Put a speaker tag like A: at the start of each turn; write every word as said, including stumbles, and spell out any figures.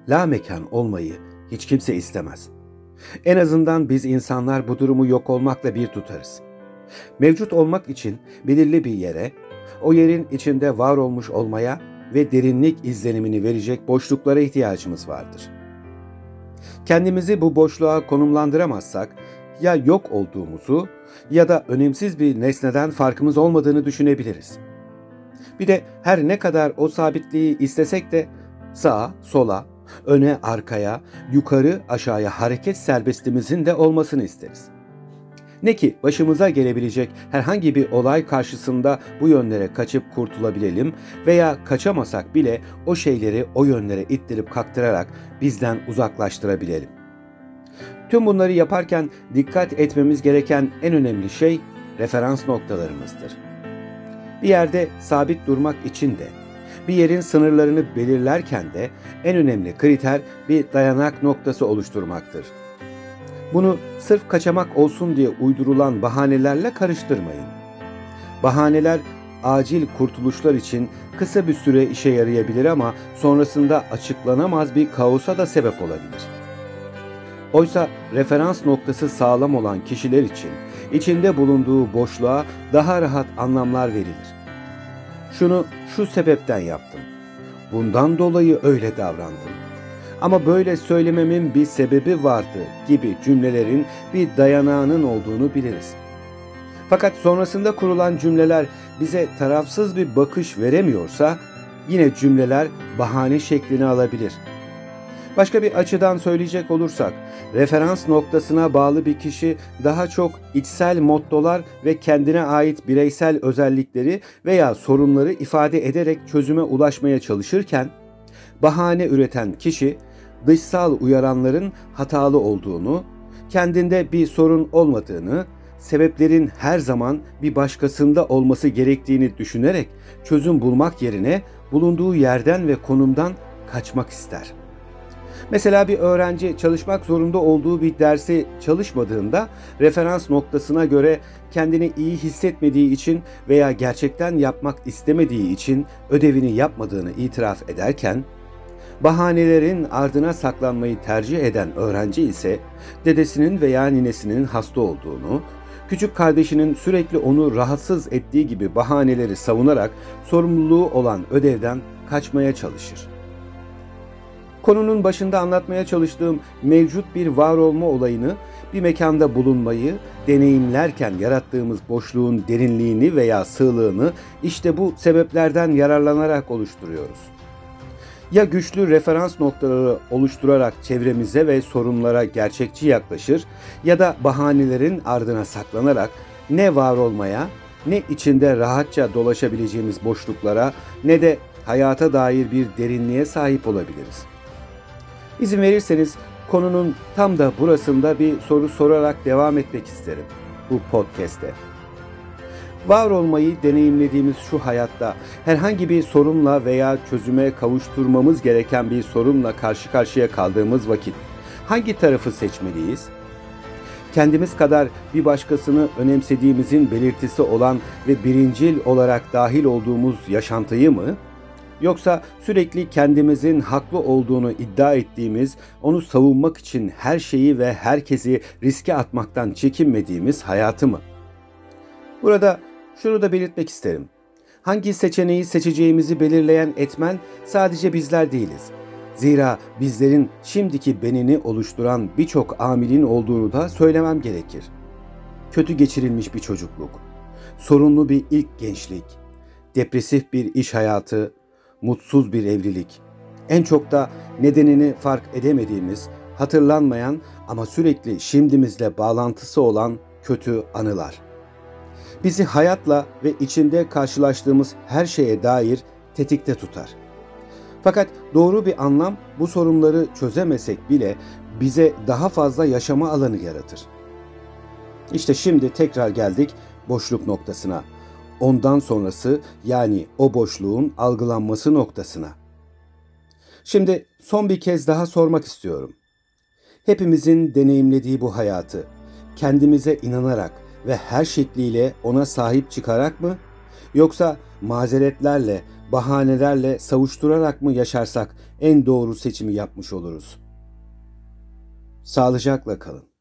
A: lamekan olmayı hiç kimse istemez. En azından biz insanlar bu durumu yok olmakla bir tutarız. Mevcut olmak için belirli bir yere, o yerin içinde var olmuş olmaya ve derinlik izlenimini verecek boşluklara ihtiyacımız vardır. Kendimizi bu boşluğa konumlandıramazsak ya yok olduğumuzu ya da önemsiz bir nesneden farkımız olmadığını düşünebiliriz. Bir de her ne kadar o sabitliği istesek de sağa, sola, öne, arkaya, yukarı, aşağıya hareket serbestimizin de olmasını isteriz. Ne ki başımıza gelebilecek herhangi bir olay karşısında bu yönlere kaçıp kurtulabilelim veya kaçamasak bile o şeyleri o yönlere ittirip kaktırarak bizden uzaklaştırabilelim. Tüm bunları yaparken dikkat etmemiz gereken en önemli şey referans noktalarımızdır. Bir yerde sabit durmak için de, bir yerin sınırlarını belirlerken de en önemli kriter bir dayanak noktası oluşturmaktır. Bunu sırf kaçamak olsun diye uydurulan bahanelerle karıştırmayın. Bahaneler acil kurtuluşlar için kısa bir süre işe yarayabilir ama sonrasında açıklanamaz bir kaosa da sebep olabilir. Oysa referans noktası sağlam olan kişiler için içinde bulunduğu boşluğa daha rahat anlamlar verilir. Şunu şu sebepten yaptım. Bundan dolayı öyle davrandım. Ama böyle söylememin bir sebebi vardı gibi cümlelerin bir dayanağının olduğunu biliriz. Fakat sonrasında kurulan cümleler bize tarafsız bir bakış veremiyorsa yine cümleler bahane şeklini alabilir. Başka bir açıdan söyleyecek olursak, referans noktasına bağlı bir kişi daha çok içsel mottolar ve kendine ait bireysel özellikleri veya sorunları ifade ederek çözüme ulaşmaya çalışırken, bahane üreten kişi dışsal uyaranların hatalı olduğunu, kendinde bir sorun olmadığını, sebeplerin her zaman bir başkasında olması gerektiğini düşünerek çözüm bulmak yerine bulunduğu yerden ve konumdan kaçmak ister. Mesela bir öğrenci çalışmak zorunda olduğu bir dersi çalışmadığında referans noktasına göre kendini iyi hissetmediği için veya gerçekten yapmak istemediği için ödevini yapmadığını itiraf ederken, bahanelerin ardına saklanmayı tercih eden öğrenci ise dedesinin veya ninesinin hasta olduğunu, küçük kardeşinin sürekli onu rahatsız ettiği gibi bahaneleri savunarak sorumluluğu olan ödevden kaçmaya çalışır. Konunun başında anlatmaya çalıştığım mevcut bir var olma olayını, bir mekanda bulunmayı, deneyimlerken yarattığımız boşluğun derinliğini veya sığlığını işte bu sebeplerden yararlanarak oluşturuyoruz. Ya güçlü referans noktaları oluşturarak çevremize ve sorunlara gerçekçi yaklaşır ya da bahanelerin ardına saklanarak ne var olmaya, ne içinde rahatça dolaşabileceğimiz boşluklara ne de hayata dair bir derinliğe sahip olabiliriz. İzin verirseniz konunun tam da burasında bir soru sorarak devam etmek isterim bu podcast'te. Var olmayı deneyimlediğimiz şu hayatta herhangi bir sorunla veya çözüme kavuşturmamız gereken bir sorunla karşı karşıya kaldığımız vakit hangi tarafı seçmeliyiz? Kendimiz kadar bir başkasını önemsediğimizin belirtisi olan ve birincil olarak dahil olduğumuz yaşantıyı mı? Yoksa sürekli kendimizin haklı olduğunu iddia ettiğimiz, onu savunmak için her şeyi ve herkesi riske atmaktan çekinmediğimiz hayatı mı? Burada şunu da belirtmek isterim. Hangi seçeneği seçeceğimizi belirleyen etmen sadece bizler değiliz. Zira bizlerin şimdiki benini oluşturan birçok amilin olduğunu da söylemem gerekir. Kötü geçirilmiş bir çocukluk, sorunlu bir ilk gençlik, depresif bir iş hayatı, mutsuz bir evlilik, en çok da nedenini fark edemediğimiz, hatırlanmayan ama sürekli şimdimizle bağlantısı olan kötü anılar. Bizi hayatla ve içinde karşılaştığımız her şeye dair tetikte tutar. Fakat doğru bir anlam bu sorunları çözemesek bile bize daha fazla yaşama alanı yaratır. İşte şimdi tekrar geldik boşluk noktasına. Ondan sonrası, yani o boşluğun algılanması noktasına. Şimdi son bir kez daha sormak istiyorum. Hepimizin deneyimlediği bu hayatı kendimize inanarak ve her şekliyle ona sahip çıkarak mı, yoksa mazeretlerle, bahanelerle savuşturarak mı yaşarsak en doğru seçimi yapmış oluruz. Sağlıcakla kalın.